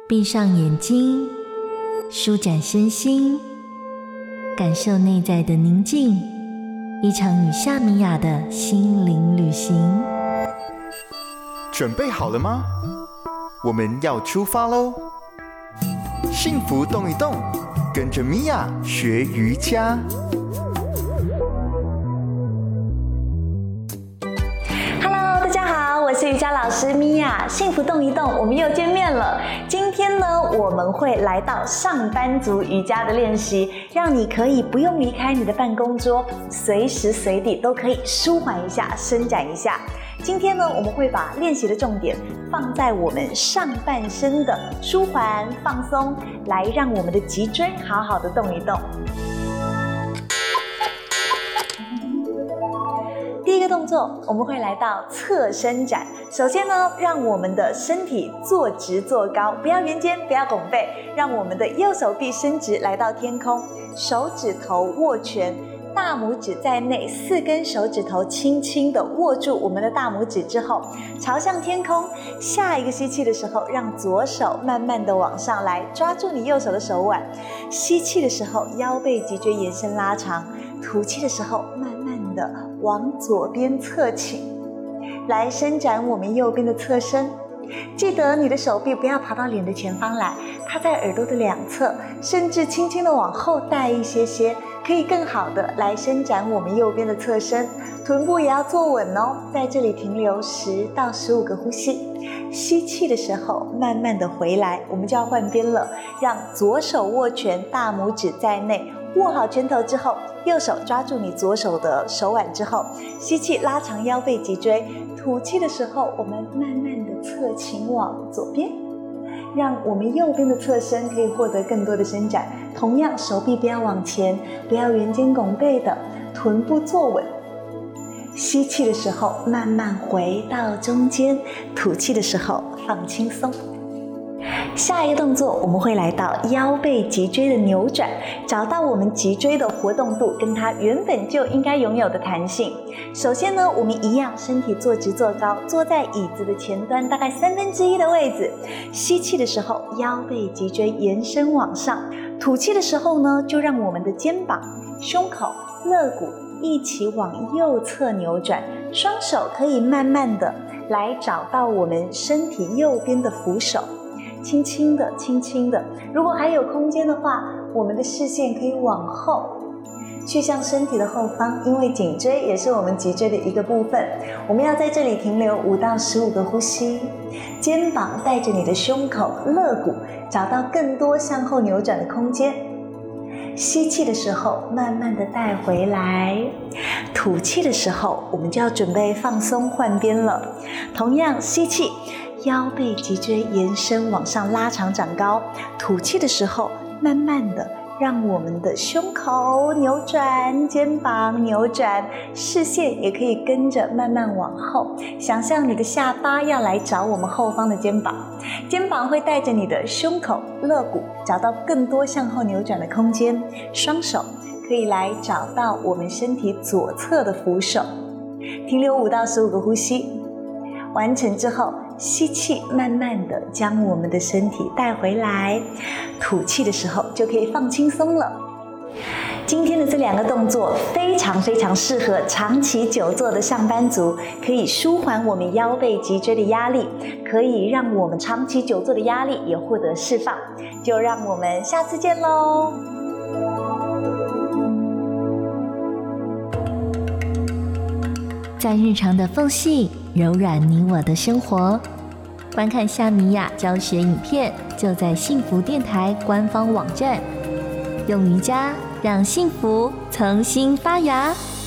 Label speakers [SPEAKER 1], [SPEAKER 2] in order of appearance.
[SPEAKER 1] 闭上眼睛，舒展身心，感受内在的宁静，一场与夏米雅的心灵旅行。
[SPEAKER 2] 准备好了吗？我们要出发喽！幸福动一动，跟着米娅学瑜伽。
[SPEAKER 3] Hello， 大家好，我是瑜伽老师米娅。幸福动一动，我们又见面了。今天呢，我们会来到上班族瑜伽的练习，让你可以不用离开你的办公桌，随时随地都可以舒缓一下、伸展一下。今天呢，我们会把练习的重点放在我们上半身的舒缓放松，来让我们的脊椎好好的动一动。第一个动作，我们会来到侧伸展。首先呢，让我们的身体坐直坐高，不要圆肩，不要拱背，让我们的右手臂伸直来到天空，手指头握拳，大拇指在内，4根手指头轻轻地握住我们的大拇指之后，朝向天空。下一个吸气的时候，让左手慢慢地往上来，抓住你右手的手腕。吸气的时候，腰背脊椎延伸拉长；吐气的时候，慢慢地往左边侧倾，来伸展我们右边的侧身。记得你的手臂不要爬到脸的前方来，它在耳朵的两侧，甚至轻轻地往后带一些些，可以更好的来伸展我们右边的侧身。臀部也要坐稳哦，在这里停留10到15个呼吸。吸气的时候慢慢的回来，我们就要换边了，让左手握拳，大拇指在内，握好拳头之后，右手抓住你左手的手腕之后，吸气拉长腰背脊椎，吐气的时候我们慢慢的侧倾往左边，让我们右边的侧身可以获得更多的伸展。同样手臂不要往前，不要圆肩拱背的，臀部坐稳。吸气的时候慢慢回到中间，吐气的时候放轻松。下一个动作，我们会来到腰背脊椎的扭转，找到我们脊椎的活动度跟它原本就应该拥有的弹性。首先呢，我们一样身体坐直坐高，坐在椅子的前端大概1/3的位置。吸气的时候，腰背脊椎延伸往上；吐气的时候呢，就让我们的肩膀、胸口、肋骨一起往右侧扭转，双手可以慢慢的来找到我们身体右边的扶手。轻轻的，轻轻的，如果还有空间的话，我们的视线可以往后去向身体的后方，因为颈椎也是我们脊椎的一个部分。我们要在这里停留5到15个呼吸，肩膀带着你的胸口、肋骨，找到更多向后扭转的空间。吸气的时候慢慢的带回来，吐气的时候我们就要准备放松换边了。同样吸气，腰背脊椎延伸往上拉长长高，吐气的时候慢慢的让我们的胸口扭转，肩膀扭转，视线也可以跟着慢慢往后，想象你的下巴要来找我们后方的肩膀，肩膀会带着你的胸口、肋骨找到更多向后扭转的空间，双手可以来找到我们身体左侧的扶手，停留5到15个呼吸。完成之后，吸气慢慢的将我们的身体带回来，吐气的时候就可以放轻松了。今天的这2个动作非常非常适合长期久坐的上班族，可以舒缓我们腰背脊椎的压力，可以让我们长期久坐的压力也获得释放。就让我们下次见咯。
[SPEAKER 1] 在日常的缝隙柔软你我的生活。观看夏米雅教学影片，就在幸福电台官方网站。用瑜伽让幸福重新发芽。